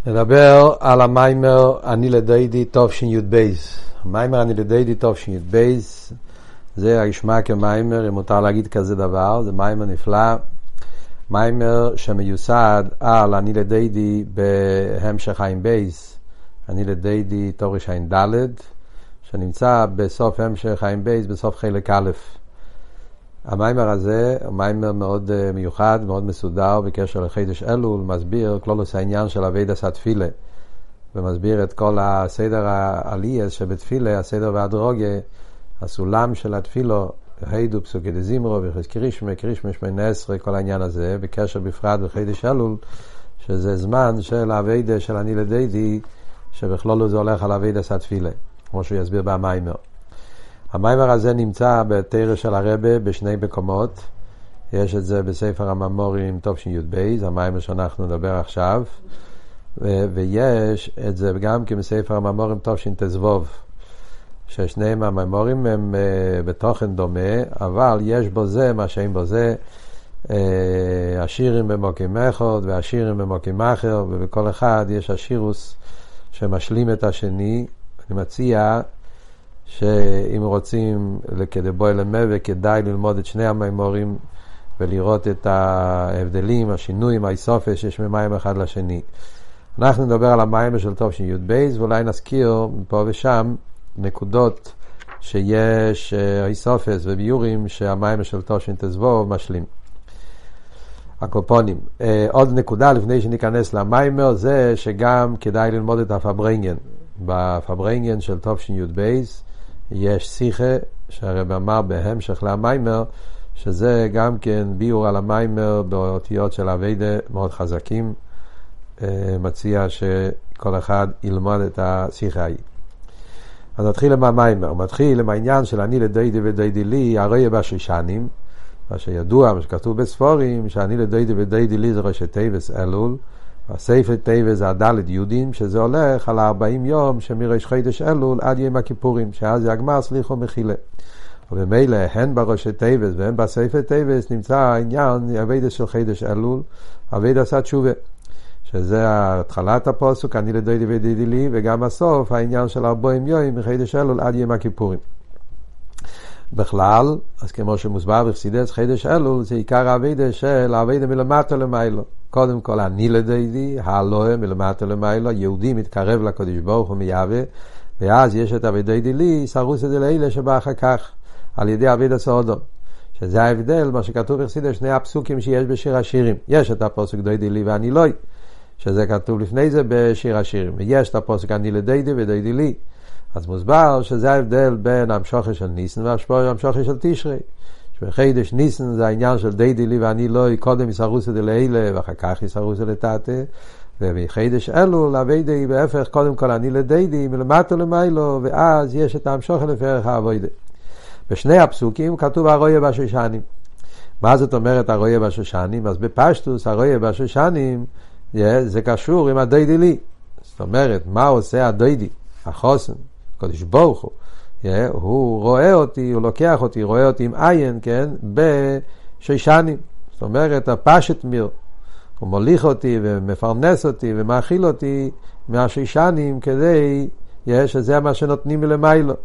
נדבר על המיימר אני לדיידי טוב שי"ד בייס. המיימר אני לדיידי טוב שי"ד בייס זה הישמע כמיימר, אם מותר להגיד כזה דבר, זה מיימר נפלא, מיימר שמיוסד על אני לדיידי בהמשך עין בייס, אני לדיידי תורש עין ד' שנמצא בסוף המשך עין בייס, בסוף חלק א'. המיימר הזה הוא מיימר מאוד מיוחד, מאוד מסודר בקשר לחידש אלול, מסביר כלולוס העניין של עבודת התפילה, ומסביר את כל הסדר העלייה שבתפילה, הסדר והדרוגיה, הסולם של התפילו, הידו פסוקי דזימרו וחס קרישמה שמונה עשרה, כל העניין הזה, בקשר בפרט בחידש אלול, שזה זמן של עבודה של אני לדיידי, שבכלולו זה הולך על עבודת התפילה, כמו שהוא יסביר במיימר. המיימר הזה נמצא בתורה של הרבה בשני מקומות. יש את זה בספר הממורים טוב שי"ב, המיימר שאנחנו נדבר עכשיו, ויש את זה גם בספר הממורים טוב שתזבוב, ששניהם הממורים הם בתוכן דומה, אבל יש בו זה מה שאין בו זה, השירים במוקים אחד והשירים במוקים אחר, ובכל אחד יש השירוס שמשלים את השני. אני מציע שאם רוצים כדבוי למווה, כדאי ללמוד את שני המיימורים ולראות את ההבדלים, השינויים, האיסופס שיש ממיימר אחד לשני. אנחנו נדבר על המיימר של טוב שי"ד בייס, ואולי נזכיר פה ושם נקודות שיש האיסופס וביורים שהמיימר של טוב שתזבוב משלים. הקופונים. עוד נקודה לפני שניכנס למיימר, זה שגם כדאי ללמוד את הפברנגן. בפברנגן של טוב שי"ד בייס יש שיחה שהרב אמר בהמשך למיימר, שזה גם כן ביור על המיימר באותיות של עבודה מאוד חזקים. מציע שכל אחד ילמד את השיחה ההיא. אז נתחיל עם המיימר. הוא מתחיל עם העניין של אני לדיידי ודיידי לי, הרי בשושנים, מה שידוע, מה שכתוב בספורים, שאני לדיידי ודיידי לי זה ראשי תיבס אלול, והספר תיבס זה הדלת יודים, שזה הולך על 40 יום שמראש חידש אלול עד יום הכיפורים, שאז זה הגמר סליחו מחילה. ובמילא הן בראשי תיבס והן בספר תיבס נמצא העניין עבודת של חידש אלול, עבודת התשובה, שזה התחלת הפסוק אני לדיידי ודיידי לי, וגם הסוף העניין של 40 יום מחידש אלול עד יום הכיפורים. בכלל, אז כמו שמוסבר בחסידות חידש אלול, זה עיקר העבודה של העבודה מלמטה למיילו. קודם כל אני לדיידי, הלואה מלמטה למיילו, יהודי מתקרב לקדוש ברוך הוא מיהווה, ואז יש את עבודת לי, סרוס את זה לאלה שבא אחר כך, על ידי עבודת סודום. שזה ההבדל, מה שכתוב בחסידות, שני הפסוקים שיש בשיר השירים. יש את הפסוק דיידי לי ואני לא, שזה כתוב לפני זה בשיר השירים. ויש את הפסוק אני לדיידי ודיידי לי. אז מוסבר שזה ההבדל בין המשוכר של ניסן והמשוכר של תשרי. שבחידש ניסן זה העניין של דיידי לי ואני לא, קודם יסרוס את זה לאלה ואחר כך יסרוס את זה לתתה, ובחידש אלול עבודי בהפך, קודם כל אני לדיידי מלמטה למיילו, ואז יש את המשוכר לפרח העבודה. בשני הפסוקים כתוב הרויה בשושנים. מה זאת אומרת הרויה בשושנים? אז בפשטוס הרויה בשושנים זה קשור עם הדיידי לי. זאת אומרת, מה עושה הדיידי? החוסן, קדוש ברוך הוא, הוא רואה אותי, הוא לוקח אותי, רואה אותי עם עין, כן, בשושנים. זאת אומרת, הפשט מיר, הוא מוליך אותי ומפרנס אותי ומאכיל אותי מהשושנים כדי, שזה מה שנותנים מלמיילו.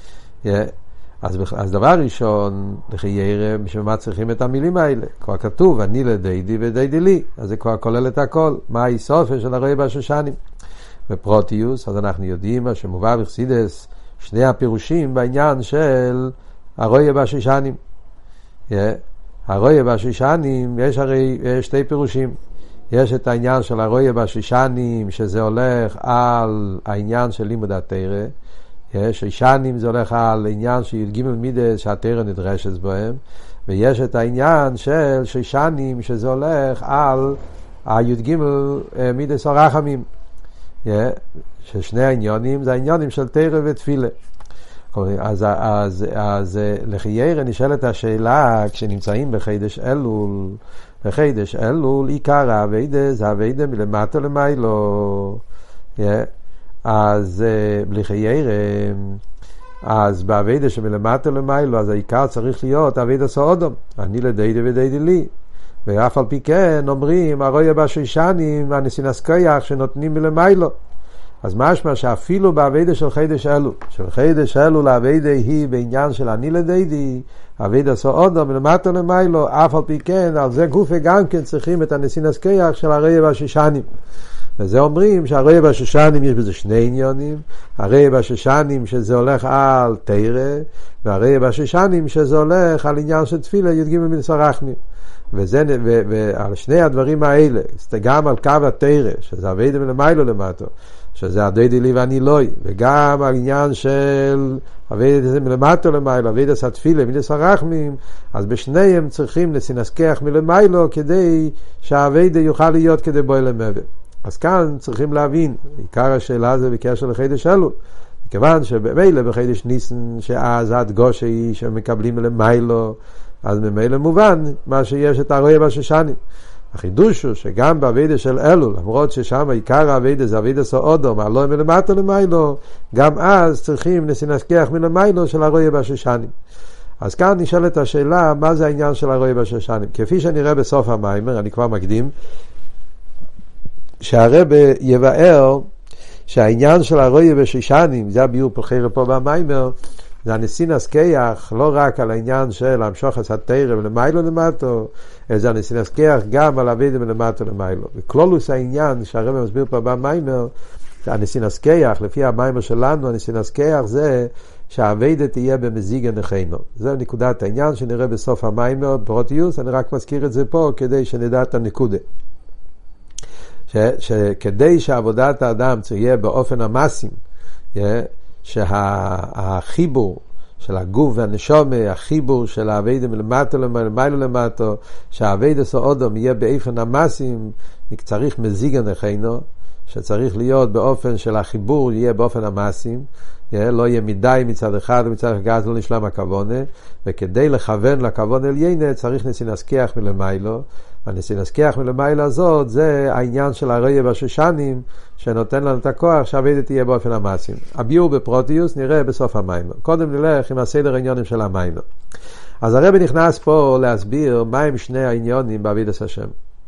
אז דבר ראשון, לכי ירא, בשביל מה צריכים את המילים האלה? כבר כתוב, אני לדיידי ודיידי לי, אז זה כבר כולל את הכל. מה הסוף של הרואה בשושנים? בפרוטיוס, אז אנחנו יודעים מה שמובא בחסידות, שני הפירושים בעניין של הרויה בשושנים. הרויה בשושנים, יש הרי שתי פירושים. יש את העניין של הרויה בשושנים, שזה הולך על העניין של לימוד התורה. שושנים זה הולך על עניין של י"ג מידס שהתורה נדרשת בהם. ויש את העניין של שושנים, שזה הולך על הי"ג מידס הרחמים. ששני העניונים זה העניונים של תורה ותפילה. אז לחיירה נשאלת השאלה, כשנמצאים בחידש אלול, בחידש אלול עיקר העבודה זה העבודה מלמטה למיילו. אז לחיירה, אז בעבודה שמלמטה למיילו, אז העיקר צריך להיות עבודת סודום, אני לדיידי ודיידי לי. ואף על פי כן אומרים הרויה בשושנים הניסינס כוח שנותנים מלמיילו. אז משמע שאפילו בעבודה של חידש אלול, של חידש אלול העבודה היא בעניין של אני לדידי, עבודה סעודו מלמטה למיילו, אף על פי כן על זה גופה גם כן צריכים את הניסינס כוח של הרויה בשושנים. וזה אומרים שהרויה בשושנים יש בזה שני עניונים, הרויה בשושנים שזה הולך על תורה, והרויה בשושנים שזה הולך על עניין של תפילה י"ג מנסה רחמים. ועל שני הדברים האלה, גם על קו התורה, שזה עבודה מלמיילו למטה, שזה הדודי לי ואני לוי, וגם העניין של עבודה מלמטה למיילו, עבודה התפילה מנסה רחמים, אז בשניהם צריכים לנסכח מלמיילו כדי שהעבודה יוכל להיות כדי בוי למעבר. אז כאן צריכים להבין, עיקר השאלה זה בקשר לחידש אלול, מכיוון שבמילא בחידש ניסן שאז ההדגושה היא שמקבלים למיילו, אז ממילא מובן מה שיש את הרויה בשושנים. החידוש הוא שגם בעבודה של אלול, למרות ששם עיקר העבודה זה עבודה סעודו, מעלו מלמטה למיילו, גם אז צריכים לנסכח מלמיילו של הרויה בשושנים. אז כאן נשאלת השאלה, מה זה העניין של הרויה בשושנים? כפי שנראה בסוף המיימר, אני כבר מקדים, שהרב יבאר שהעניין של הרויה בשושנים, זה הביור פלחיר פה במיימר, זה הניסינס כוח, לא רק על העניין של המשוך את התורה ולמיילו למטו, אלא זה הניסינס כוח גם על עבודה מלמטו למיילו. וכלולוס העניין שהרב מסביר פה במיימר, הניסינס כוח, לפי המיימר שלנו, הניסינס כוח זה שהעבודה תהיה במזיג הנכינו. זה נקודת העניין שנראה בסוף המיימר, פרוטיוס, אני רק מזכיר את זה פה כדי שנדע את הנקודה. שכדי שעבודת האדם תהיה באופן המעשים, שהחיבור של הגוף והנשמה, החיבור של העבודה מלמטה למיילו למטה, שהעבודה סעודום יהיה באופן המעשים, צריך מזיג הנכינו, שצריך להיות באופן של החיבור יהיה באופן המעשים, לא יהיה מדי מצד אחד ומצד אחד לא נשלם הכוונה, וכדי לכוון לכוון עליינה צריך נסינס מלמיילו, והנסינס מלמיילו הזאת זה העניין של הרויה בשושנים שנותן לנו את הכוח שהעבודה תהיה באופן המעשים. הביור בפרוטיוס נראה בסוף המיימר. קודם נלך עם הסדר העניונים של המיימר. אז הרב נכנס פה להסביר מהם שני העניונים בעבודת השם,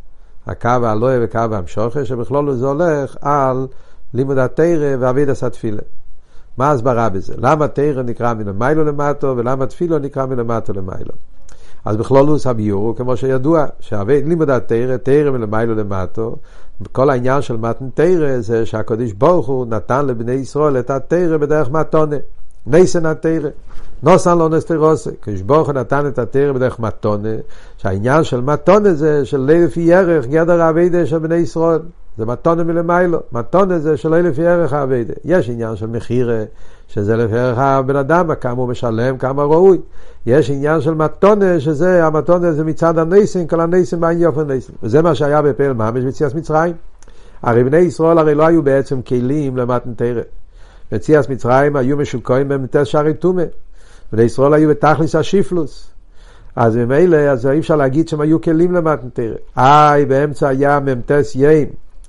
הקו העלוה וקו המשוכש, שבכלול זה הולך על לימוד התורה ועבודת התפילה. מה ההסברה בזה? למה תורה נקרא מלמיילו למטו ולמה תפילה נקרא מלמטו למיילו? אז בכלולוס הביור, כמו שידוע, לימוד התורה, תורה מלמיילו למטו, כל העניין של מתן תורה זה שהקדוש ברוך הוא נתן לבני ישראל את התורה בדרך מתונה. ניסן התורה. נוסן לא נסתירוסה. הקדוש ברוך הוא נתן את התורה בדרך מתונה, שהעניין של מתונה זה של לפי ערך גדר העבודה של בני ישראל. זה מתונה מלמיילו. מתונה זה שלא לפי ערך העבודה. יש עניין של מחירה, שזה לפי ערך הבן אדם, כמה הוא משלם, כמה ראוי. יש עניין של מתונה, שזה, המתונה זה מצד הניסים, כל הניסים בעין יופן ניסים. וזה מה שהיה בפעל ממש ביציאת מצרים. הרי בני ישראל הרי לא היו בעצם כלים למתן תורה. ביציאת מצרים היו משוקעים במתס שערי טומאה. בני ישראל היו בתכליס השיפלוס. אז ממילא, אז אי אפשר להגיד שהם היו כלים למתן תורה. באמצע היה ממתס יים.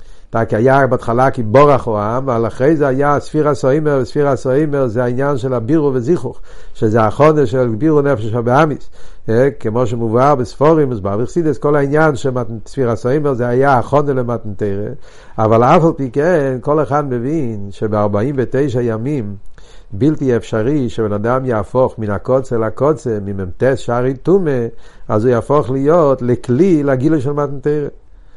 כי היה בהתחלה כי בורח או העם, אבל אחרי זה היה ספיר סוימר, וספיר הסוימר זה העניין של הבירו וזיכוך, שזה החודש של בירו נפש הבאמיס, כמו שמובהר בספורים, מסבר וחסידס, כל העניין של ספיר הסוימר זה היה החודש למתן תורה, אבל אף על פי כן, כל אחד מבין שב-49 ימים בלתי אפשרי שבן אדם יהפוך מן הקוצה לקוצה, מממתס שערי טומאה, אז הוא יהפוך להיות לכלי לגילוי של מתן תורה.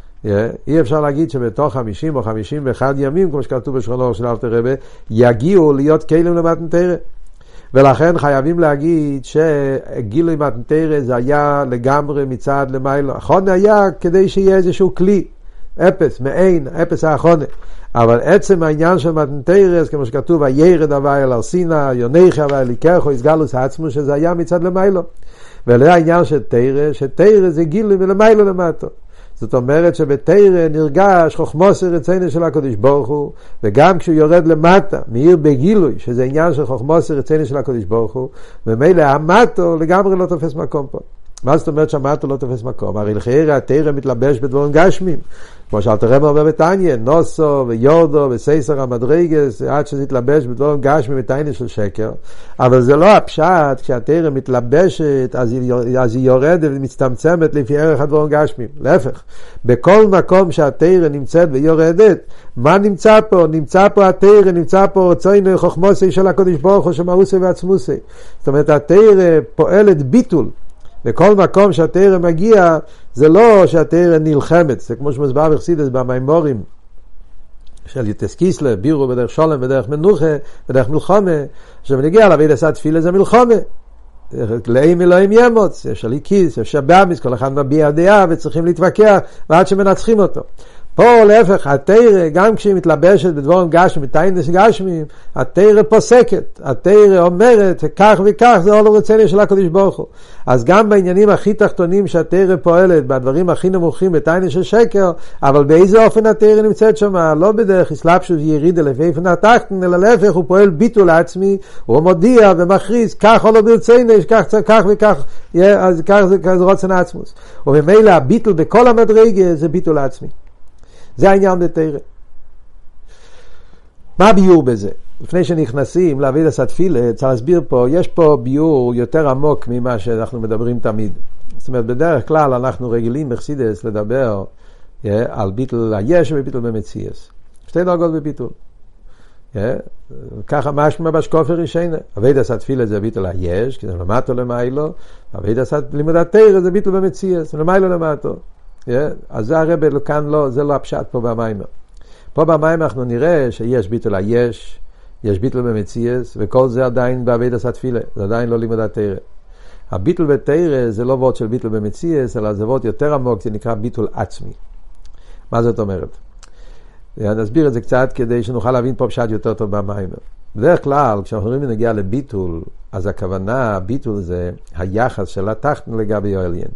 אי אפשר להגיד שבתוך 50 או 51 ימים, כמו שכתוב בשכונו של אלתר רבי, יגיעו להיות כלים למתן תורה. ולכן חייבים להגיד שגילוי מתן תורה זה היה לגמרי מצד למיילו. החונה היה כדי שיהיה איזשהו כלי, אפס, מעין, אפס האחונה. אבל עצם העניין של מתן תורה, כמו שכתוב, הירד הווי אל ארסינה, יוניך הווי אל איקרחו, הסגלוס העצמו, שזה היה מצד למיילו. וזה העניין של תורה, שתורה זה גילוי מלמיילו למטו. זאת אומרת שבתורה נרגש חוכמוסר רצינו של הקדוש ברוך הוא, וגם כשהוא יורד למטה, מאיר בגילוי, שזה עניין של חוכמוסר רצינו של הקדוש ברוך הוא, ומילא המטו לגמרי לא תופס מקום פה. מה זאת אומרת שהמטה לא תופס מקום? הרי לחייר התורה מתלבש בדברים גשמים. כמו שאלתר רבי אומר בתניא, נוסו ויורדו וסייסר המדרגס, עד שזה יתלבש בדברים גשמים בתניא של שקר. אבל זה לא הפשט, כשהתורה מתלבשת, אז היא יורדת ומצטמצמת לפי ערך הדברים גשמים. להפך, בכל מקום שהתורה נמצאת ויורדת, מה נמצא פה? נמצא פה התורה, נמצא פה רצון חוכמוסי של הקדוש ברוך הוא שמאוסי ועצמוסי. זאת אומרת, התורה פועלת ביטול. בכל מקום שהתורה מגיע, זה לא שהתורה נלחמת, זה כמו שמסבר בחסידות במיימורים של יוטס קיסלר, בירו בדרך שולם, בדרך מנוחה, בדרך מלחמה, כשמגיע לעבודת התפילה זה מלחמה. לאם אלוהים ימוץ, יש הליקיס, יש הבאמיס, כל אחד מביע דעה וצריכים להתווכח, ועד שמנצחים אותו. פה להפך, התורה, גם כשהיא מתלבשת בדברים גשמים, בתיינס גשמים, התורה פוסקת, התורה אומרת, כך וכך, זה לא רצונו של הקדוש ברוך הוא. אז גם בעניינים הכי תחתונים שהתורה פועלת, בדברים הכי נמוכים, בתיינס של שקר, אבל באיזה אופן התורה נמצאת שם? לא בדרך הסלבשות ירידה לפי איפן התחתון, אלא להפך, הוא פועל ביטול עצמי, הוא מודיע ומכריז, כך או לא ברצונו, כך וכך, אז כך זה רצון עצמוס. ובמילא הביטול בכל המדרגה זה ביטול עצמי. זה העניין בתורה. מה הביור בזה? לפני שנכנסים לעבודת התפילה, צריך להסביר פה, יש פה ביור יותר עמוק ממה שאנחנו מדברים תמיד. זאת אומרת, בדרך כלל אנחנו רגילים בחסידות לדבר על ביטול היש וביטול במציאות. שתי דרגות בביטול. ככה משמע בשקוף הראשון. עבודת התפילה זה ביטול היש, כי זה למטה למיילו. עבודת לימוד התורה זה ביטול במציאות, זה למיילו למטה. אז זה הרב כאן לא, זה לא הפשט פה במיימר. פה במיימר אנחנו נראה שיש ביטול היש, יש ביטול במציאות, וכל זה עדיין בעבודת התפילה, זה עדיין לא לימוד התורה. הביטול בתורה זה לא וורט של ביטול במציאות, אלא זה וורט יותר עמוק, זה נקרא ביטול עצמי. מה זאת אומרת? נסביר את זה קצת כדי שנוכל להבין פה פשט יותר טוב במיימר. בדרך כלל, כשאנחנו רואים נגיע לביטול, אז הכוונה, ביטול זה היחס של התחתון לגבי העליון.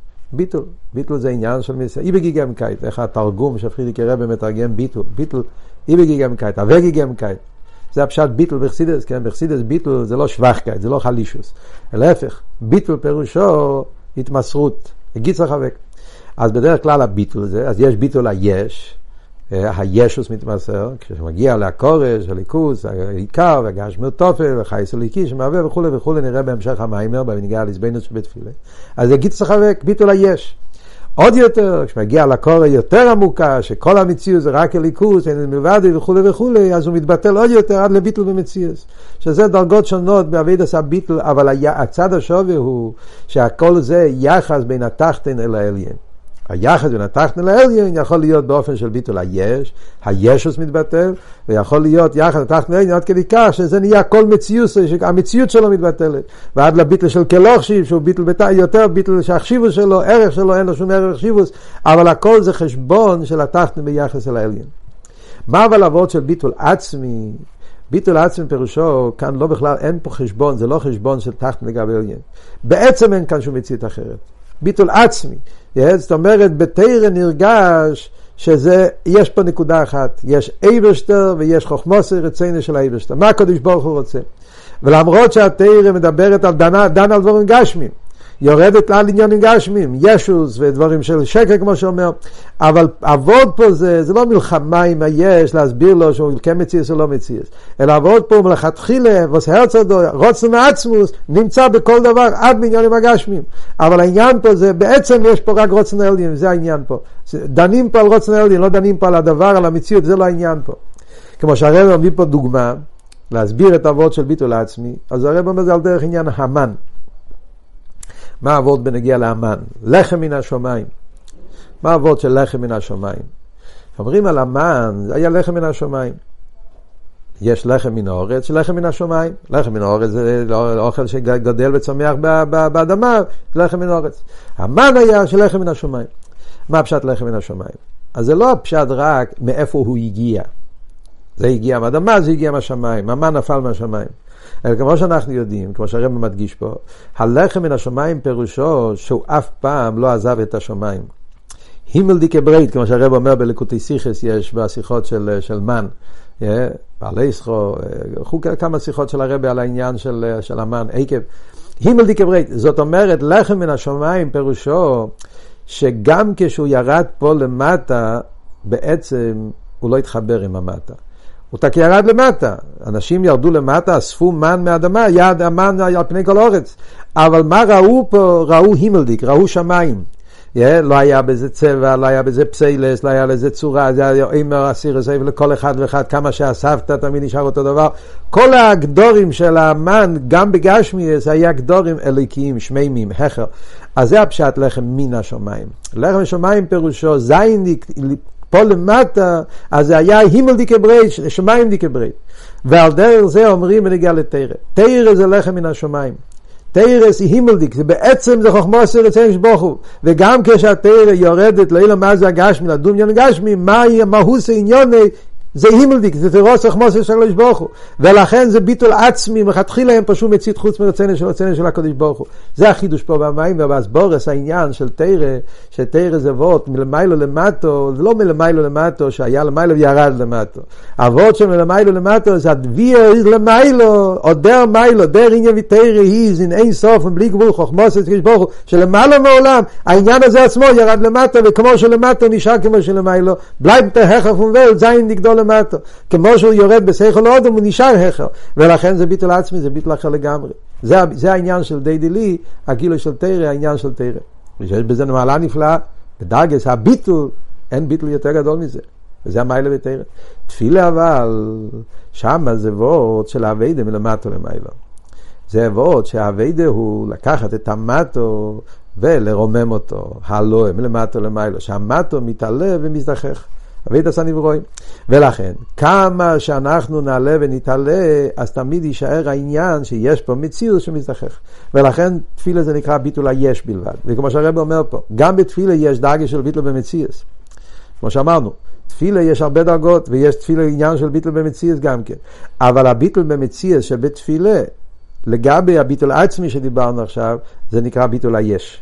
ביטול זה עניין של מיסה, אי בגיגמקייט, איך התרגום שפרידיק רבי מתרגם ביטול, אי בגיגמקייט, הווגיגמקייט, זה הפשט ביטול בחסידות, כן, בחסידות ביטול זה לא שבחקייט, זה לא חלישוס, להפך, ביטול פירושו התמסרות, גיצר חבק, אז בדרך כלל הביטול זה, אז יש ביטול היש, הישוס מתמסר, כשמגיע להקורש, הליכוס, העיקר, והגשמר תופל, וחייס הליקי, שמהווה וכו' וכו', נראה בהמשך המיימר, בנגיע הלסבנות שבתפילה. אז זה גיץ לחבק, ביטול היש. עוד יותר, כשמגיע לקורא יותר עמוקה, שכל המציאות זה רק הליכוס, אין מלבד וכו' וכו', אז הוא מתבטל עוד יותר עד לביטול במציאות. שזה דרגות שונות בעבודת הביטול, אבל הצד השווה הוא שהכל זה יחס בין התחתון אל העליון. היחד בין התחתון לעליון יכול להיות באופן של ביטול היש, הישוס מתבטל, ויכול להיות יחד התחתון לעליון עד כדי כך שזה נהיה כל מציאות, המציאות שלו מתבטלת, ועד לביטול של כלוכשיב, שהוא ביטול יותר ביטול שהחשיבוס שלו, ערך שלו, אין לו שום ערך חשיבוס, אבל הכל זה חשבון של התחתון ביחס אל העליון. מה אבל עבוד של ביטול עצמי? ביטול עצמי פירושו, כאן לא בכלל, אין פה חשבון, זה לא חשבון של תחתון לגבי עליון. בעצם אין כאן שום מציאות אחרת. ביטול עצמי. זאת אומרת, בתורה נרגש שזה, יש פה נקודה אחת. יש אייברשטר ויש חוכמוסי רצינו של אייברשטר. מה הקדוש ברוך הוא רוצה? ולמרות שהתורה מדברת על דן על דברים גשמים, יורדת על עניינים גשמים, ישוס ודברים של שקר כמו שאומר, אבל עבוד פה זה לא מלחמה עם היש, להסביר לו שהוא כן מציאס או לא מציאס, אלא עבוד פה מלכתחילה, רוצן עצמוס, נמצא בכל דבר עד בעניינים הגשמים, אבל העניין פה זה, בעצם יש פה רק רוצן העליון, זה העניין פה, דנים פה על רוצן העליון, לא דנים פה על הדבר, על המציאות, זה לא העניין פה. כמו שהרב מביא פה דוגמה, להסביר את העבוד של ביטול עצמי, אז הרב אומר זה על דרך עניין המן. מה העבוד בנגיע לאמן? לחם מן השומיים. מה העבוד של לחם מן השומיים? אומרים על המן, זה היה לחם מן השומיים. יש לחם מן האורץ, לחם מן השומיים. לחם מן האורץ זה אוכל שגדל וצומח באדמה, לחם מן האורץ. המן היה של לחם מן השומיים. מה הפשט לחם מן השומיים? אז זה לא הפשט רק מאיפה הוא הגיע. זה הגיע מהאדמה, זה הגיע מהשמיים. המן נפל מהשמיים. אלא כמו שאנחנו יודעים, כמו שהרב מדגיש פה, הלחם מן השמיים פירושו שהוא אף פעם לא עזב את השמיים. הימל דיקה ברית, כמו שהרב אומר בליקוטי שיחס, יש בשיחות של מן, בעלי סחו, כמה שיחות של הרב על העניין של המן, עקב. הימל דיקברייט, זאת אומרת, לחם מן השמיים פירושו, שגם כשהוא ירד פה למטה, בעצם הוא לא התחבר עם המטה. הוא תק ירד למטה. אנשים ירדו למטה, אספו מן מהאדמה, יד המן על פני כל אורץ. אבל מה ראו פה? ראו הימלדיק, ראו שמיים. לא היה בזה צבע, לא היה בזה פסיילס, לא היה לזה צורה, זה היה אימר אסירס, לכל אחד ואחד, כמה שאספת, תמיד נשאר אותו דבר. כל הגדורים של המן, גם בגשמי, זה היה גדורים אליקיים, שמימים, החר. אז זה הפשט לחם מן השמיים. לחם השמיים פירושו, זין פה למטה, אז זה היה הימל דיקברייט, שמיים דיקברייט. ועל דרך זה אומרים ונגיע לתירה. תירה זה לחם מן השמיים. תירס היא הימלדיק, זה בעצם זה חוכמה של רצון שבוכו, וגם כשהתירה יורדת לאילו מה זה הגשמי, לדום עניין הגשמי, מהוס העניוני, זה הימלדיק, זה תירוס חוכמה של שבוכו, ולכן זה ביטול עצמי, מחתחילה הם פשוט מצית חוץ מרצון של הקדוש ברוך. זה החידוש פה במים, ובאסבורס העניין של תירה, שתירה זה וורט מלמיילו למטו, זה לא מלמיילו למטו, שהיה למיילו וירד למטו. הוורט של מלמיילו למטו, זה הדביר למיילו, או דר מיילו, דר עניין ותירה היא, זין אין סוף, בלי גבול חוכמה של הקדוש ברוך הוא, שלמעלה מעולם, העניין הזה עצמו ירד למטו, וכמו שלמטו נשאר כמו שלמיילו, בלייב תהחף ומבל, זין נגדול למטו. כמו שהוא יורד בשכל האדם, הוא נשאר החר. ולכן זה ביטול עצמי, זה ביטול אחר לגמרי. זה העניין של די דילי, הגילוי של תירה, העניין של תירה. ויש בזה מעלה נפלאה, בדרגס הביטול, אין ביטול יותר גדול מזה. וזה המיילה בתירה. תפילה אבל, שמה זה וורט של העבודה מלמטו למיילו. זה וורט שהעבודה הוא לקחת את המטו ולרומם אותו, הלואה מלמטו למיילו, שהמטו מתעלה ומזדחך. עבודת הנברואים. ולכן, כמה שאנחנו נעלה ונתעלה, אז תמיד יישאר העניין שיש פה מציאות שמזדחך. ולכן, תפילה זה נקרא ביטול היש בלבד. וכמו שהרב אומר פה, גם בתפילה יש דרגה של ביטול במציאות. כמו שאמרנו, תפילה יש הרבה דרגות, ויש תפילה עניין של ביטול במציאות גם כן. אבל הביטול במציאות שבתפילה, לגבי הביטול העצמי שדיברנו עכשיו, זה נקרא ביטול היש.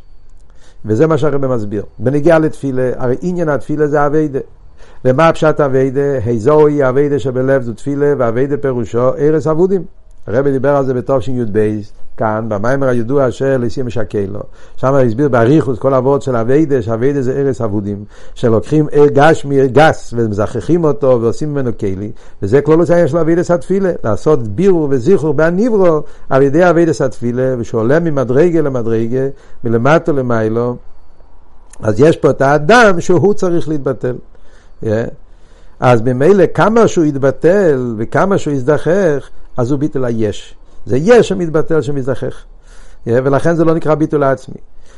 וזה מה שהרב מסביר. בנגיע לתפילה, הרי עניין התפילה זה עבודה. ומה הפשט עבודה? זוהי עבודה שבלב זו תפילה, ועבודה פירושו ערש עבודים. הרב דיבר על זה בתופשין י' בייס, כאן, במיימר הידוע של ליסי משקל לו. שם הסביר באריכות כל העבוד של עבודה, שעבודה זה ערש עבודים, שלוקחים גשמי גס, ומזכחים אותו, ועושים ממנו כלי, וזה כלולוס העניין של עבודת התפילה, לעשות בירור וזיכור בהניברו, על ידי עבודת התפילה, ושעולה ממדרגה למדרגה, מלמטה למיילו, אז יש פה את האדם שהוא צריך להתבטל. אז במילא כמה שהוא יתבטל וכמה שהוא יזדחך, אז הוא ביטול היש. זה יש שמתבטל שמזדחך, ולכן זה לא נקרא ביטול העצמי.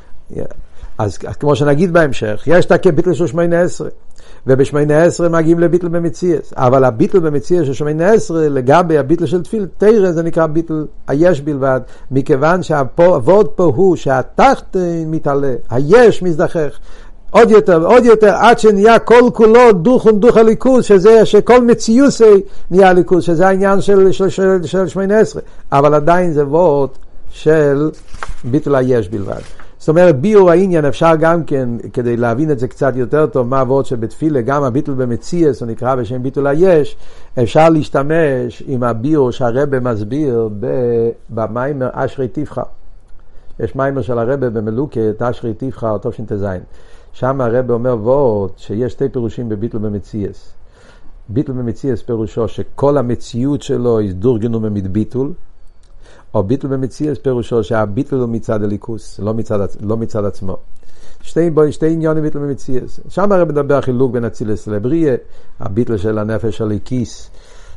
אז כמו שנגיד בהמשך, יש תקה ביטול של 18, וב-18 מגיעים לביטול במציאות, אבל הביטול במציאות של 18 לגבי הביטול של תפילה תירה זה נקרא ביטול היש בלבד, מכיוון שהעבוד פה הוא שהתחת מתעלה, היש מזדחך עוד יותר, עד שנהיה כל כולו דוך הליכוז, שזה שכל מציאות נהיה ליכוז, שזה העניין של 18, אבל עדיין זה וורט של ביטול היש בלבד. זאת אומרת, ביור העניין אפשר גם כן, כדי להבין את זה קצת יותר טוב, מה וורט שבתפילה, גם הביטול במציאות, הוא נקרא בשם ביטול היש, אפשר להשתמש עם הביור שהרבא מסביר במיימר אשרי תבחר. יש מיימר של הרבא במלוקת, אשרי תבחר, אותו שינתזיין. שם הרב אומר וורט שיש שתי פירושים בביטול במציאס. ביטול במציאס פירושו שכל המציאות שלו ידורגנו ממתביטול, או ביטול במציאס פירושו שהביטול הוא מצד הליכוס, לא מצד עצמו. שתי עניונים ביטול במציאס. שם הרב מדבר חילוק בין אצילס לבריה, הביטול של הנפש הליקיס,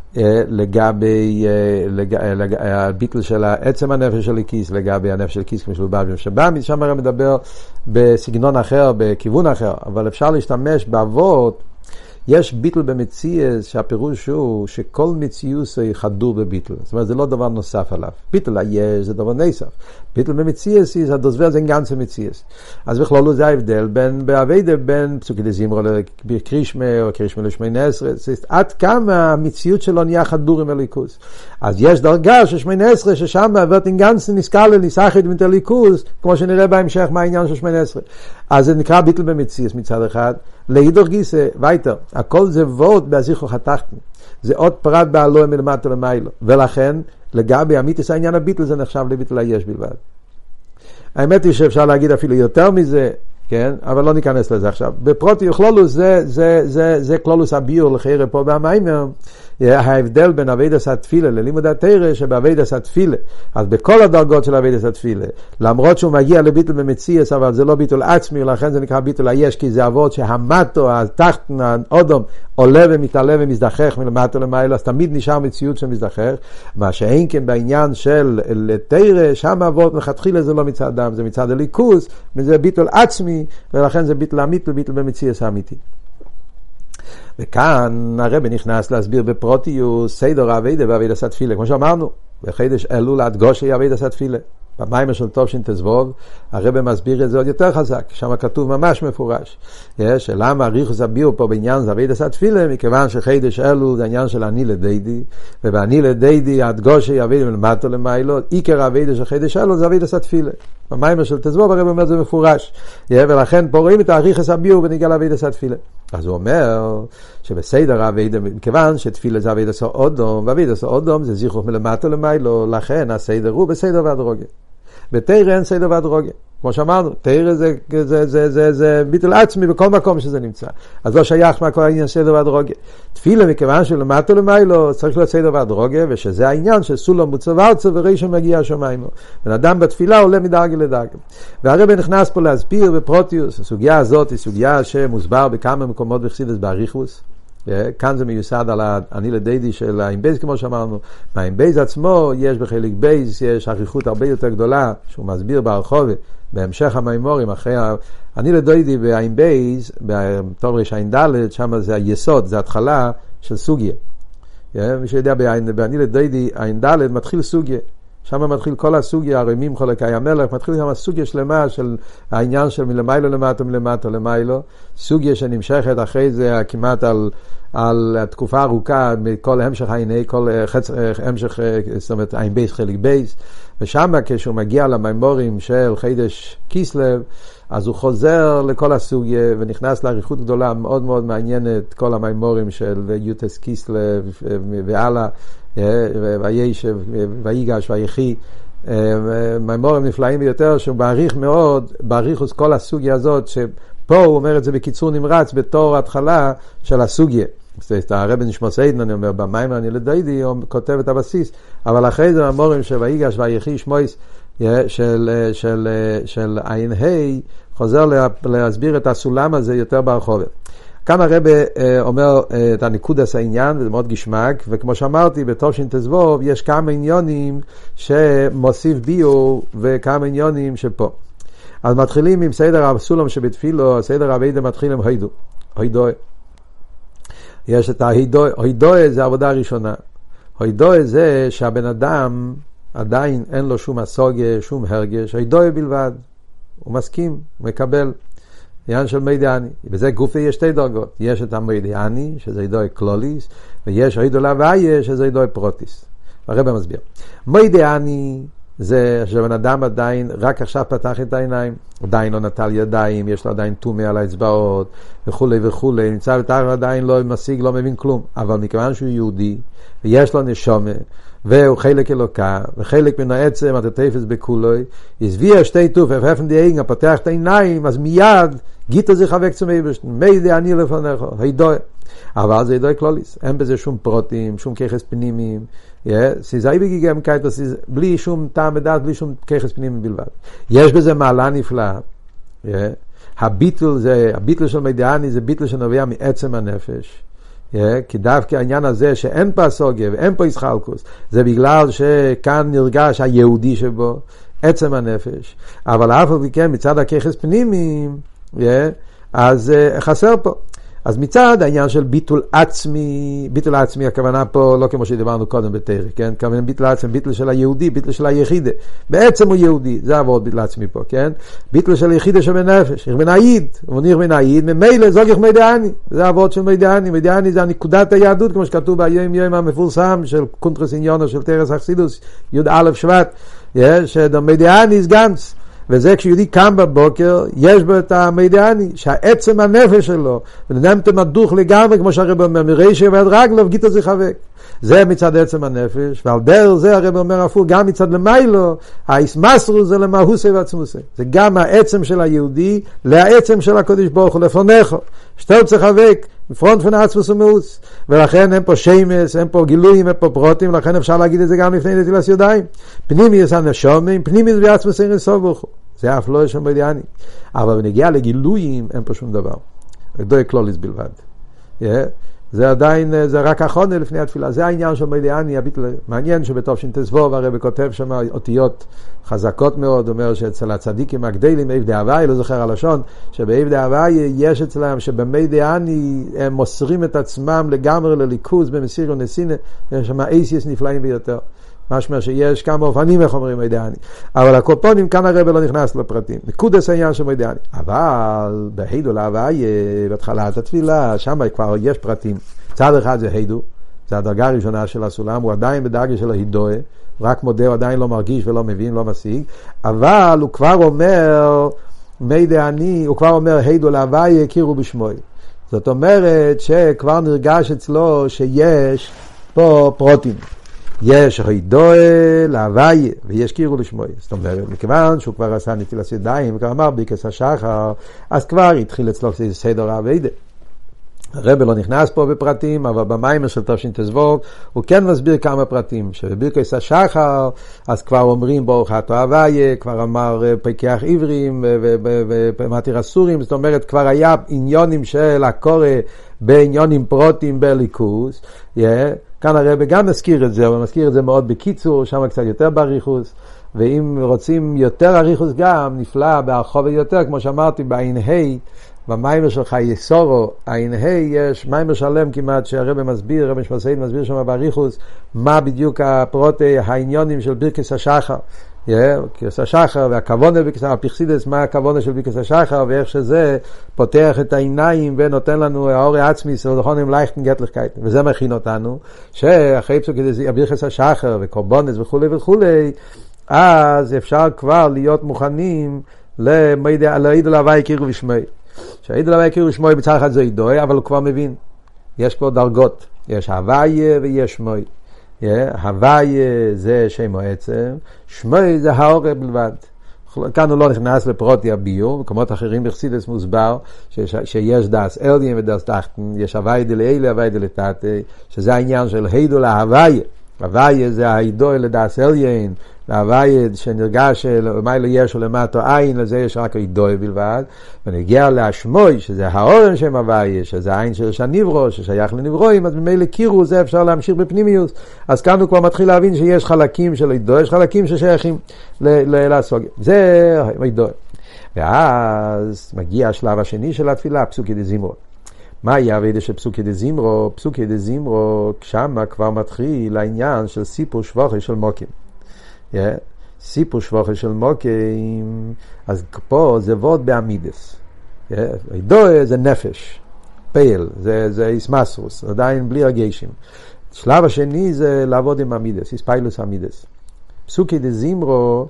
לגבי הביטול של עצם הנפש של הכיס, לגבי הנפש של הכיס כמו שלובב שבא, שם הרי מדבר בסגנון אחר, בכיוון אחר, אבל אפשר להשתמש בעבוד. יש ביטול במציאות שהפירוש הוא שכל מציאות היא חדור בביטול, זאת אומרת זה לא דבר נוסף עליו. ביטול היש זה דבר נסף, ביטול במציאות זה דוזבר זה גנץ המציאות. אז בכללו זה ההבדל בין בעבודה בין פסוקי דזימרו לקרישמה או קרישמה ל18, עד כמה המציאות שלו נהיה חדור עם הליכוס. אז יש דרגה של 18 ששם ורטין גנץ נזכר לניסחת מת הליכוס, כמו שנראה בהמשך מה העניין של 18. אז זה נקרא ביטול במציאות מצד אחד, להידור גיסא וייטר, הכל זה וורט בהזיכוך התחתן, זה עוד פרט בעלו מלמטה למיילו, ולכן לגבי אמיתיס העניין הביטל זה נחשב לביטל היש בלבד. האמת היא שאפשר להגיד אפילו יותר מזה, כן? אבל לא ניכנס לזה עכשיו. בפרוטי כלולוס זה כלולוס הביור לחיירה פה במיימר. ההבדל בין עבודת התפילה ללימוד התורה שבעבודת התפילה, אז בכל הדרגות של עבודת התפילה, למרות שהוא מגיע לביטול במציאס, אבל זה לא ביטול עצמי, ולכן זה נקרא ביטול היש, כי זה עבוד שהמטו, התחתן, האודום, עולה ומתעלה ומזדחך מלמטו למעלה, אז תמיד נשאר מציאות שמזדחך, מה שאין כן בעניין של תורה, שם עבוד מלכתחילה זה לא מצד אדם, זה מצד הליכוז, וזה ביטול עצמי, ולכן זה ביטול אמיתי, ביטול במציאס האמיתי. וכאן הרב נכנס להסביר בפרוטיוס סדר העבודה בעבודת התפילה, כמו שאמרנו, בחידש אלול הדגושי עבודת התפילה. במיימר של תופשין תזבוב, הרב מסביר את זה עוד יותר חזק, שם כתוב ממש מפורש. שלמה אריכוס הביאו פה בעניין זה עבודת התפילה, מכיוון שחידש אלול זה עניין של אני לדידי, ובאני לדידי הדגושי עבודה מלמטו למיילו, עיקר העבודה של חידש אלול זה עבודת התפילה. במיימר של תזבוב הרב אומר את זה מפורש. ולכן פה רואים את האריכוס הביאו בניגע לעבודת התפילה. אז הוא אומר שבסדר העבודה, מכיוון שתפילה זה עבודת האודום, ועבודת האודום זה זיכרוך מלמטו למיילו, לכן הסדר הוא בסדר והדרוגה. בתורה אין סדר והדרוגה. כמו שאמרנו, תורה זה ביטול עצמי בכל מקום שזה נמצא. אז לא שייך מה כל העניין סדר והדרוגה. תפילה מכיוון שלמטו למיילו צריך להיות סדר והדרוגה, ושזה העניין של סולם מוצב ארצה ורישם מגיע השמיימו. בן אדם בתפילה עולה מדרגה לדרגה. והרב נכנס פה להסביר בפרוטיוס, הסוגיה הזאת היא סוגיה שמוסבר בכמה מקומות בחסידות באריכוס. כאן זה מיוסד על אני לדידי של האימבייז, כמו שאמרנו. מהאימבייז עצמו יש בחלק בייז, יש אריכות הרבה יותר גדולה, שהוא מסביר בהרחוב, בהמשך המיימורים, אחרי אני לדידי והאימבייז, בתור רשעים ד' שם זה היסוד, זה התחלה של סוגיה. מי שיודע, באני לדידי, העין ד' מתחיל סוגיה. שם מתחיל כל הסוגיה, הרמים חולקי המלך, מתחיל שם הסוגיה שלמה של העניין של מלמיילו למטו מלמטו למיילו, סוגיה שנמשכת אחרי זה כמעט על התקופה ארוכה, מכל המשך העיני, כל המשך, זאת אומרת, עין בייס חלק בייס, ושם כשהוא מגיע למיימורים של חידש קיסלב, אז הוא חוזר לכל הסוגיה ונכנס לאריכות גדולה מאוד מאוד מעניינת, כל המיימורים של יוטס קיסלב והלאה, וישב ויגש ויחי, מיימורים נפלאים ביותר שהוא בעריך מאוד, בעריכוס כל הסוגיה הזאת, שפה הוא אומר את זה בקיצור נמרץ בתור התחלה של הסוגיה. הרב נשמע סיידן, אני אומר, במיימר אני לדידי, הוא כותב את הבסיס, אבל אחרי זה המיימורים של ויגש ויחי שמויס של עין ה' חוזר להסביר את הסולם הזה יותר ברחוב. כאן הרב אומר את הנקודס העניין, זה מאוד גשמק, וכמו שאמרתי, בתושין תזבוב יש כמה עניונים שמוסיף ביור וכמה עניונים שפה. אז מתחילים עם סדר הסולם שבתפילו, סדר העבודה מתחיל עם הוידוי. יש את ההוידוי, זה העבודה הראשונה. הוידוי זה שהבן אדם עדיין אין לו שום הסוגיה, שום הרגש, הוידוי בלבד. הוא מסכים, הוא מקבל. עניין של מידעני. בזה גופי יש שתי דרגות. יש את המידעני, שזה ידוי קלוליס, ויש הידו להוויה, שזה ידוי פרוטיס. הרב מסביר. מידעני זה שבן אדם עדיין רק עכשיו פתח את העיניים, עדיין לא נטל ידיים, יש לו עדיין תומי על האצבעות, וכו' וכו', נמצא בתחת עדיין לא משיג, לא מבין כלום. אבל מכיוון שהוא יהודי, ויש לו נשומה, והוא חלק אלוקה, וחלק מן העצם, אתה תפס בכולוי, הסביר שתי תוף, הפפן די אינגה, פתח את העיניים, אז מיד, גיטו זה חבק צומי בשן, מידי אני לפניך, הידוי. אבל זה הידוי קלוליס, אין בזה שום פרוטים, שום כיחס פנימיים, סיזאי בגיגם קייטו, בלי שום טעם ודעת, בלי שום כיחס פנימיים בלבד. יש בזה מעלה נפלאה, הביטל של מידעני זה ביטל שנובע מעצם הנפש, כי דווקא העניין הזה שאין פה הסוגיה ואין פה ישחלקוס, זה בגלל שכאן נרגש היהודי שבו, עצם הנפש, אבל אף על כן מצד הכיחס פנימיים, אז חסר פה. אז מצד העניין של ביטול עצמי, ביטול עצמי הכוונה פה לא כמו שדיברנו קודם בתורה, כן? כוונה ביטול עצמי, ביטול של היהודי, ביטול של היחידה. בעצם הוא יהודי, זה עבוד ביטול עצמי פה, כן? ביטול של היחידה שבנפש, איך בנאיד, ומוניר בנאיד, ממילא זוגך מידעני, זה עבוד של מידעני, מידעני זה נקודת היהדות, כמו שכתוב ביום יום המפורסם של קונטרס עניונו של תרס אכסידוס, י' א' שבט, שמידעני זה גנץ, וזה כשיהודי קם בבוקר, יש בו את המיידעני, שהעצם הנפש שלו, ונמת מדוך לגמרי, כמו שהרב אומר, מרשע ועד רגלו, גיטו זה חבק. זה מצד עצם הנפש, ועל דרך זה הרב אומר הפוך, גם מצד למיילו, האיסמסרו זה למהוסי ועצמוסי. זה גם העצם של היהודי, לעצם של הקודש ברוך הוא, לפונכו. שתל צריך חבק, בפרונט פון עצמוס ומאוס. ולכן אין פה שמס, אין פה גילויים, אין פה פרוטים, לכן אפשר להגיד את זה גם לפני נטילת ידיים. פנימי יש הנשומים, פנימי זה בעצמוס אין סוף ברוך הוא. זה אף לא יש שם בידיעני. אבל בנגיע לגילויים, אין פה שום דבר. גדוי קלוליס בלבד. זה עדיין, זה רק אחרונה לפני התפילה. זה העניין של מיידעני. מעניין שבטוב שתסבוב, הרב כותב שם אותיות חזקות מאוד, אומר שאצל הצדיקים הגדלים, עבדי הוואי, לא זוכר הלשון, שבעבדי הוואי יש אצלם, שבמיידעני הם מוסרים את עצמם לגמרי לליכוז, במסיר ונסינה, יש שם אייסיס נפלאים ביותר. משמע שיש כמה אופנים איך אומרים מיידעני. אבל הקופונים כאן הרב לא נכנס לפרטים. נקודס העניין של מיידעני. אבל בהידו להוואי, בהתחלת התפילה, שם כבר יש פרטים. צד אחד זה הידו, זה הדרגה הראשונה של הסולם, הוא עדיין בדרגה של ההידואה, רק מודה, הוא עדיין לא מרגיש ולא מבין, לא משיג, אבל הוא כבר אומר, מיידעני, הוא כבר אומר, הידו להוואי, הכירו בשמוי. זאת אומרת שכבר נרגש אצלו שיש פה פרוטים. יש הידואה להוואי ויש קירו לשמוי. זאת אומרת, מכיוון שהוא כבר עשה נטילת ידיים וכבר אמר ביקס השחר, אז כבר התחיל אצלו סדר העבודה. הרב לא נכנס פה בפרטים, אבל במיימר של תש"ן תזבוב הוא כן מסביר כמה פרטים. שבברכס השחר אז כבר אומרים ברוך אתה הוואי, כבר אמר פיקח עברים ומתיר אסורים. זאת אומרת, כבר היה עניונים של הקורא בעניונים פרוטים בליכוס. כאן הרב גם מזכיר את זה, אבל מזכיר את זה מאוד בקיצור, שם קצת יותר באריכוס, ואם רוצים יותר אריכוס גם, נפלא בהרחוב יותר, כמו שאמרתי, בעין ה' במיימר של חיי סורו, עין ה' יש מיימר שלם כמעט, שהרב מסביר, רב משמעסאית מסביר שם באריכוס, מה בדיוק הפרוטי העניונים של ברכס השחר. ברכס השחר והכוונה ברכס הפרסידס, מה הכוונה של ברכס השחר, ואיך שזה פותח את העיניים ונותן לנו האור העצמי סודכונים לייכטן גטליכקייט, וזה מכין אותנו שאחרי פסוק ברכס השחר וקורבונס וכו' וכו', אז אפשר כבר להיות מוכנים להידו להוואי קירו ושמי. שהידו להוואי קירו ושמי בצד אחד זה הידוי, אבל הוא כבר מבין, יש כבר דרגות, יש הוואי ויש שמי. הוואי זה שם העצם, שמי זה האור בלבד. כאן הוא לא נכנס לפרוטי הביור, במקומות אחרים בחסידות מוסבר שיש דאס אלדין ודאס תחתן, יש הוואי דלאלה, הוואי דלתתה, שזה העניין של הידו להוואי. הוואי זה ההידו לדאס אלדין, והוואי שנרגש למעלה יש או למטה עין, לזה יש רק הידו בלבד. ונגיע להשמוי, שזה האורן שם הוואי, שזה העין של הנברו, ששייך לנברואים, אז ממילא קירו זה אפשר להמשיך בפנימיוס. אז כאן הוא כבר מתחיל להבין שיש חלקים של הידו, יש חלקים ששייכים לסוגיה. זה הידו. ואז מגיע השלב השני של התפילה, פסוקי דזמרו. מה היה העבודה של פסוקי דזמרו? פסוקי דזמרו, שמה כבר מתחיל העניין של סיפור שבוחה של מוקים. סיפור שבוחה של מוקים, אז פה זה ווד בעמידס. הידוע זה נפש, פייל, זה איסמסרוס, עדיין בלי רגשים. שלב השני זה לעבוד עם עמידס, איספיילוס עמידס. פסוקי דזמרו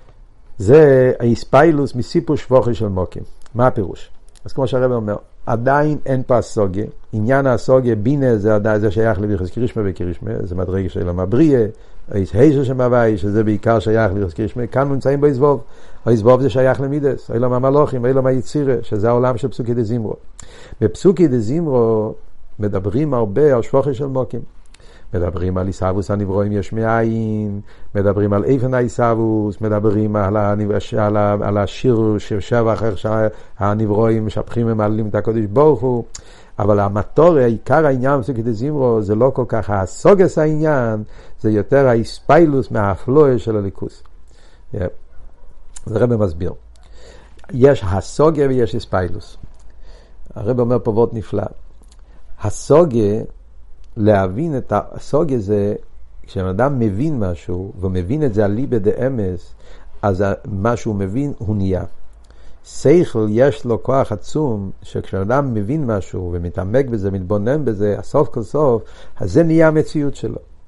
זה האיספיילוס מסיפור שבוחה של מוקים. מה הפירוש? אז כמו שהרב אומר, עדיין אין פה הסוגיה. עניין הסוגיה, בינה זה שייך לביחס קרישמה וקרישמה, זה מדרגה של המבריה, הישר שמהווי, שזה בעיקר שייך לביחס קרישמה. כאן נמצאים באיזבוב. האיזבוב זה שייך למידס, אילם המלוכים, אילם היצירה, שזה העולם של פסוקי דזמרו. בפסוקי דזמרו מדברים הרבה על שבוחה של מוקים. מדברים על איסאבוס הנברואים יש מאין, מדברים על איפן האיסאבוס, מדברים על השיר שבח שהנברואים משפחים ומעלים את הקודש ברוך הוא. אבל המטור, העיקר העניין בפסוקי דזמרו זה לא כל כך הסוגס העניין, זה יותר האיספיילוס מהאפלואה של הליכוס. זה הרב מסביר. יש הסוגיה ויש איספיילוס. הרב אומר פה וורט נפלא. הסוגיה, להבין את הסוגיה זה, כשאדם מבין משהו, ומבין את זה על ליבה דאמס, אז מה שהוא מבין הוא נהיה. שכל יש לו כוח עצום, שכשאדם מבין משהו, ומתעמק בזה, מתבונן בזה, הסוף כל סוף, אז זה נהיה המציאות שלו.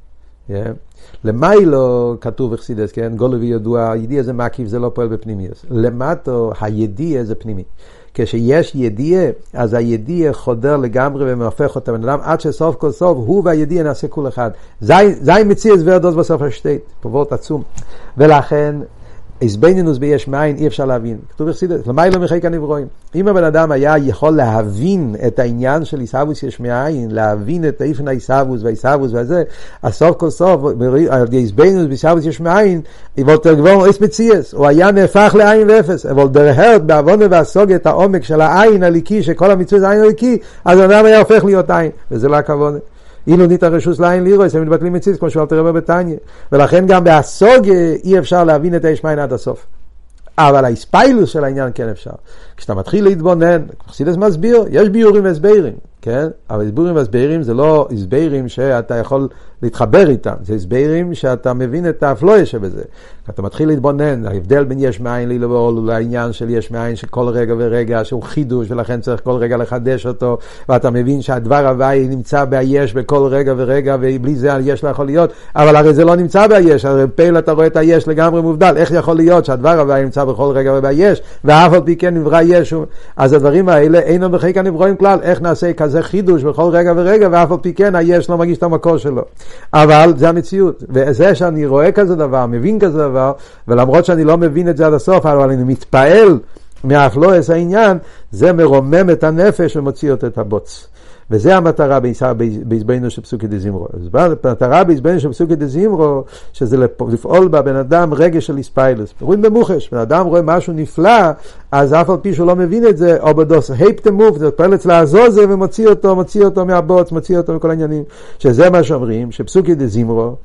למיילו כתוב בחסידות, כן? גולו וידוע, ידיעה זה מקיף, זה לא פועל בפנימיות. למטו, הידיעה זה פנימי. כשיש ידיעה, אז הידיעה חודר לגמרי ומהפך אותה בן אדם, עד שסוף כל סוף הוא והידיעה נעשה כול אחד. זי מציאס ורדוס בסוף השתית, פוות עצום. ולכן, הסבינינוס ביש מאין אי אפשר להבין. כתוב בחסידות, למיילו מחייק הנברואים. אם הבן אדם היה יכול להבין את העניין של איסאבוס יש מאין, להבין את איפן האיסאבוס והאיסאבוס וזה, אז סוף כל סוף, הסבינינוס באיסאבוס יש מאין, אבל תרגבור איס מציאס, הוא היה נהפך לעין ואפס, אבל דרהרת בעוונה והסוג את העומק של העין הליקי, שכל המצווה זה עין הליקי, אז האדם היה הופך להיות עין, וזה לא הכוונה. אילו ניתן רשוס לעין לירוס, הם מתבטלים מציץ, כמו שאלת רבי בתניא. ולכן גם בהסוג אי אפשר להבין את היש מאין עד הסוף. אבל האספיילוס של העניין כן אפשר. כשאתה מתחיל להתבונן, חסידות מסביר, יש ביורים והסברים, כן? אבל הסברים והסברים זה לא הסברים שאתה יכול להתחבר איתם, זה הסברים שאתה מבין את האפלואה שבזה. אתה מתחיל להתבונן, ההבדל בין יש מאין לעניין של יש מאין שכל רגע ורגע שהוא חידוש, ולכן צריך כל רגע לחדש אותו, ואתה מבין שהדבר הוואי נמצא ביש בכל רגע ורגע, ובלי זה היש לא יכול להיות, אבל הרי זה לא נמצא ביש, הרי פעיל אתה רואה את היש לגמרי מובדל, איך יכול להיות שהדבר הוואי נמצא בכל רגע וביש, ואף על פי כן נברא יש, אז הדברים האלה אינם בחלק הנברואים כלל, איך נעשה כזה חידוש בכל רגע ורגע, ואף על פי כן היש לא מגיש את המקור שלו. אבל זה המציאות, וזה שאני רואה כזה דבר, מבין כזה דבר, ולמרות שאני לא מבין את זה עד הסוף, אבל אני מתפעל מהאפלואס העניין, זה מרומם את הנפש ומוציא אותו את הבוץ. וזה המטרה בהסבנו של פסוקי דזמרו. המטרה בהסבנו של פסוקי דזמרו, שזה לפעול בבן אדם רגש של איספיילוס. רואים במוחש, בן אדם רואה משהו נפלא, אז אף על פי שהוא לא מבין את זה, או בדוס הייפטמוף, זה פועל אצל לעזור זה, ומוציא אותו מהבוץ, מוציא אותו מכל העניינים. שזה מה שאומרים, שפסוקי דזמרו,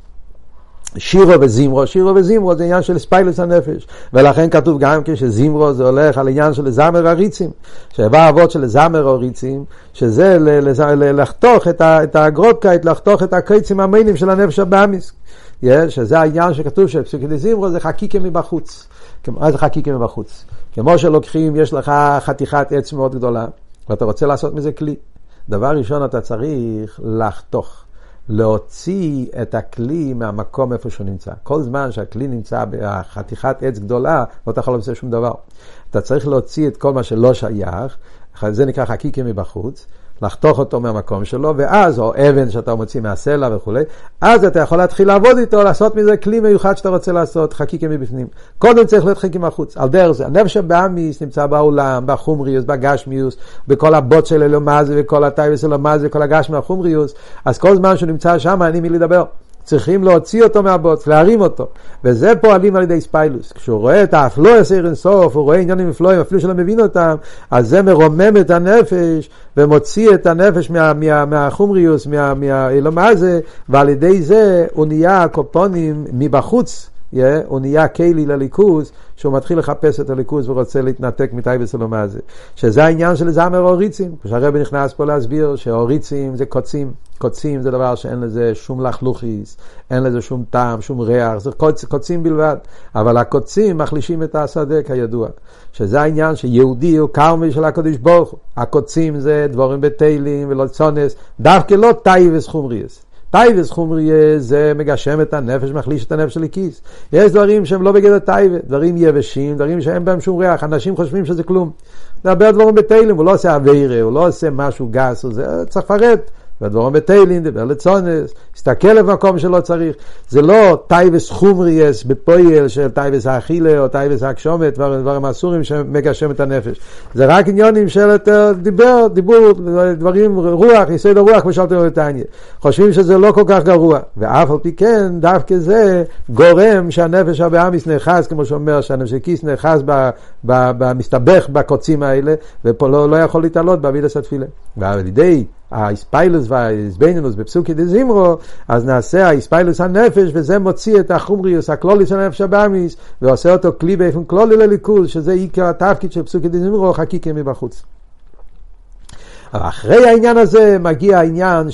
שירו וזמרו זה עניין של ספיילוס הנפש, ולכן כתוב גם שזמרו זה הולך על עניין של זמר הריצים, שבא אבות של זמר הריצים, שזה לחתוך את הגרובקייט, לחתוך את הקיצים המיינים של הנפש הבאמיס, שזה העניין שכתוב שפסוקי דזמרו זה חקיקה מבחוץ. מה זה חקיקה מבחוץ? כמו שלוקחים, יש לך חתיכת עץ מאוד גדולה, ואתה רוצה לעשות מזה כלי. דבר ראשון אתה צריך לחתוך, להוציא את הכלי מהמקום איפה שהוא נמצא. כל זמן שהכלי נמצא בחתיכת עץ גדולה, לא אתה יכול לעשות שום דבר. אתה צריך להוציא את כל מה שלא שייך, זה נקרא חקיקה מבחוץ, לחתוך אותו מהמקום שלו, ואז, או אבן שאתה מוציא מהסלע וכו', אז אתה יכול להתחיל לעבוד איתו, לעשות מזה כלי מיוחד שאתה רוצה לעשות, חקיקה מבפנים. קודם צריך להיות חקיקה מחוץ. על דרך זה, הנפש הבאמיס נמצא בעולם, בחומריוס, בגשמיוס, בכל הבוט של אלומזי, וכל הטייבס אלומזי, וכל הגשמי החומריוס, אז כל זמן שהוא נמצא שם, אני מי לדבר. צריכים להוציא אותו מהבוץ, להרים אותו. וזה פועלים על ידי ספיילוס. כשהוא רואה את האפלואה סעיר אינסוף, הוא רואה עניינים מפלואים, אפילו שלא מבין אותם, אז זה מרומם את הנפש, ומוציא את הנפש מהחומריוס, מהאילומזה, ועל ידי זה הוא נהיה קופונים מבחוץ, הוא נהיה קיילי לליכוז, שהוא מתחיל לחפש את הליכוז ורוצה להתנתק מטייבס אלומזה. שזה העניין של זמר אוריצים. כשהרבי נכנס פה להסביר שאוריצים זה קוצים. קוצים זה דבר שאין לזה שום לחלוכיס, אין לזה שום טעם, שום ריח, זה קוצים בלבד. אבל הקוצים מחלישים את השדה כידוע. שזה העניין שיהודי הוא קרמי של הקדוש ברוך הוא. הקוצים זה דבורים בתהילים ולא צונס, דווקא לא טייבס חומריס. טייבס חומריס זה מגשם את הנפש, מחליש את הנפש לכיס. יש דברים שהם לא בגדר טייבס, דברים יבשים, דברים שאין בהם שום ריח, אנשים חושבים שזה כלום. דבר דבורים בתהילים, הוא לא עושה אווירה, הוא לא עושה משהו גס, צריך לפרט. והדבורים בתהילים, דבר לצונס, הסתכל למקום שלא צריך. זה לא טייבס חומריס בפועל של טייבס האכילה או טייבס הקשומת, דברים אסורים שמגשם את הנפש. זה רק עניונים של דיבור, דברים רוח, יסוד הרוח בשלטי ובתניא. חושבים שזה לא כל כך גרוע. ואף על פי כן, דווקא זה גורם שהנפש הבאמיס נאחז, כמו שאומר, שהנפש הכיס נאחז במסתבך בקוצים האלה, ופה לא יכול להתעלות בעבידת התפילה. ועל ידי האספיילוס והאסבנינוס בפסוקי דזמרו, אז נעשה האספיילוס הנפש, וזה מוציא את החומריוס, הכלולי של הנפש הבאמיס, ועושה אותו כלי באופן כלולי לליכוז, שזה עיקר התפקיד של פסוקי דזמרו, חקיקה מבחוץ. אבל אחרי העניין הזה מגיע העניין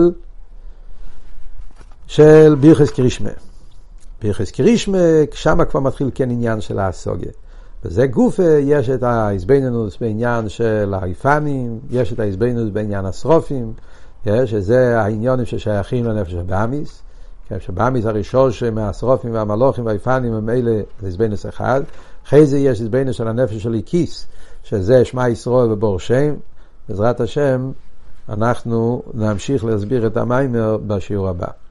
של בירכס קרישמה. בירכס קרישמה, שם כבר מתחיל כן עניין של הסוגיה. וזה גוף, יש את ההסבנינוס בעניין של האיפנים, יש את ההסבנינוס בעניין השרופים, שזה העניונים ששייכים לנפש הבאמיס, שבאמיס הראשון מהשרופים והמלוכים והיפנים הם אלה זבנס אחד, אחרי זה יש זבנס של הנפש של איקיס, שזה שמע ישראל ובור שם. בעזרת השם אנחנו נמשיך להסביר את המיימר בשיעור הבא.